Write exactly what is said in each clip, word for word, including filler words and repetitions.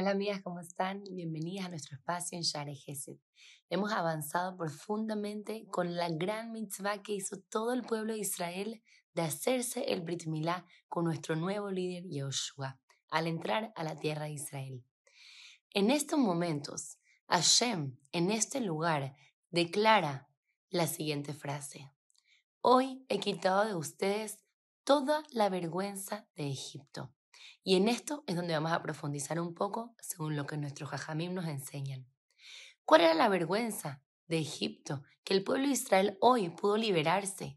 Hola amigas, ¿cómo están? Bienvenidas a nuestro espacio en Share Gesed. Hemos avanzado profundamente con la gran mitzvah que hizo todo el pueblo de Israel de hacerse el Brit Milá con nuestro nuevo líder Yehoshua al entrar a la tierra de Israel. En estos momentos, Hashem en este lugar declara la siguiente frase: Hoy he quitado de ustedes toda la vergüenza de Egipto. Y en esto es donde vamos a profundizar un poco según lo que nuestros jajamim nos enseñan. ¿Cuál era la vergüenza de Egipto que el pueblo de Israel hoy pudo liberarse?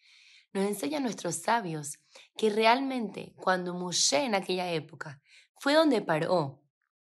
Nos enseñan nuestros sabios que realmente cuando Moshe en aquella época fue donde paró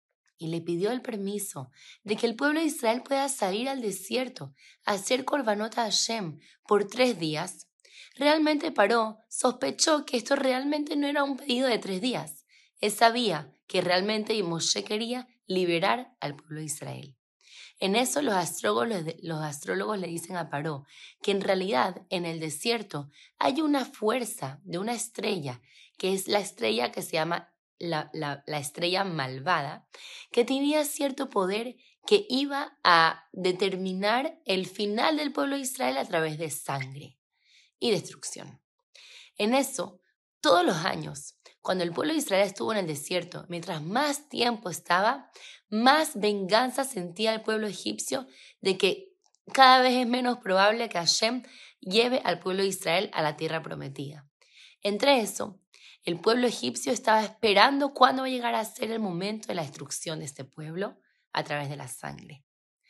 y le pidió el permiso de que el pueblo de Israel pueda salir al desierto a hacer korbanot a Hashem por tres días, realmente paró, sospechó que esto realmente no era un pedido de tres días. Él sabía que realmente Moshe quería liberar al pueblo de Israel. En eso los astrólogos, los astrólogos le dicen a Paró que en realidad en el desierto hay una fuerza de una estrella, que es la estrella que se llama la, la, la estrella malvada, que tenía cierto poder que iba a determinar el final del pueblo de Israel a través de sangre y destrucción. En eso, todos los años, cuando el pueblo de Israel estuvo en el desierto, mientras más tiempo estaba, más venganza sentía el pueblo egipcio de que cada vez es menos probable que Hashem lleve al pueblo de Israel a la tierra prometida. Entre eso, el pueblo egipcio estaba esperando cuándo va a llegar a ser el momento de la destrucción de este pueblo a través de la sangre.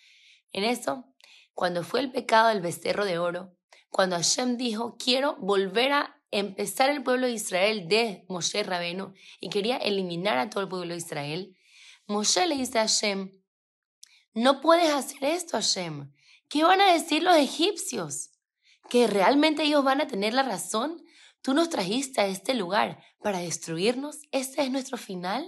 En eso, cuando fue el pecado del becerro de oro, cuando Hashem dijo, quiero volver a empezar el pueblo de Israel de Moshe Rabenu y quería eliminar a todo el pueblo de Israel, Moshe le dice a Hashem, no puedes hacer esto, Hashem. ¿Qué van a decir los egipcios? ¿Que realmente ellos van a tener la razón? ¿Tú nos trajiste a este lugar para destruirnos? ¿Este es nuestro final?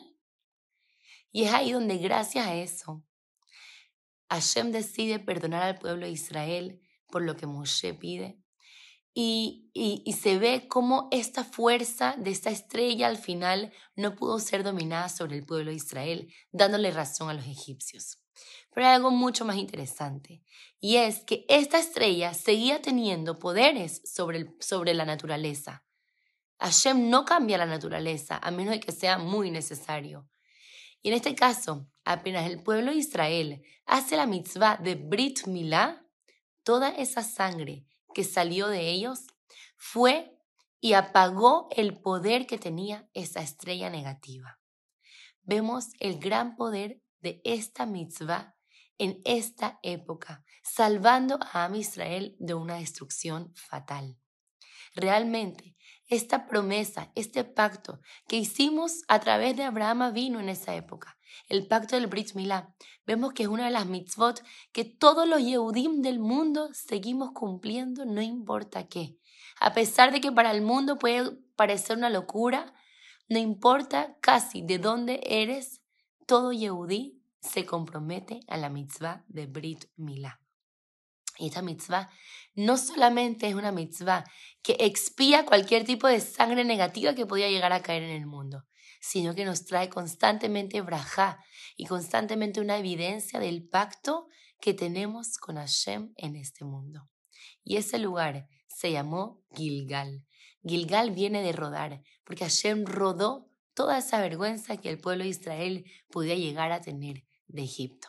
Y es ahí donde gracias a eso, Hashem decide perdonar al pueblo de Israel por lo que Moshe pide. Y, y, y se ve cómo esta fuerza de esta estrella al final no pudo ser dominada sobre el pueblo de Israel, dándole razón a los egipcios. Pero hay algo mucho más interesante, y es que esta estrella seguía teniendo poderes sobre, el, sobre la naturaleza. Hashem no cambia la naturaleza, a menos de que sea muy necesario. Y en este caso, apenas el pueblo de Israel hace la mitzvah de Brit Milá, toda esa sangre que salió de ellos fue y apagó el poder que tenía esa estrella negativa. Vemos el gran poder de esta mitzvah en esta época, salvando a Am Israel de una destrucción fatal. Realmente, esta promesa, este pacto que hicimos a través de Abraham Avinu en esa época, el pacto del Brit Milá, vemos que es una de las mitzvot que todos los Yehudim del mundo seguimos cumpliendo, no importa qué. A pesar de que para el mundo puede parecer una locura, no importa casi de dónde eres, todo Yehudí se compromete a la mitzvah de Brit Milá. Y esta mitzvah no solamente es una mitzvah que expía cualquier tipo de sangre negativa que podía llegar a caer en el mundo, sino que nos trae constantemente brajá y constantemente una evidencia del pacto que tenemos con Hashem en este mundo. Y ese lugar se llamó Gilgal. Gilgal viene de rodar, porque Hashem rodó toda esa vergüenza que el pueblo de Israel podía llegar a tener de Egipto.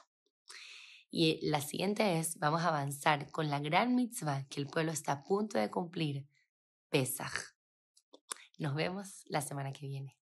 Y la siguiente es, vamos a avanzar con la gran mitzvah que el pueblo está a punto de cumplir, Pesaj. Nos vemos la semana que viene.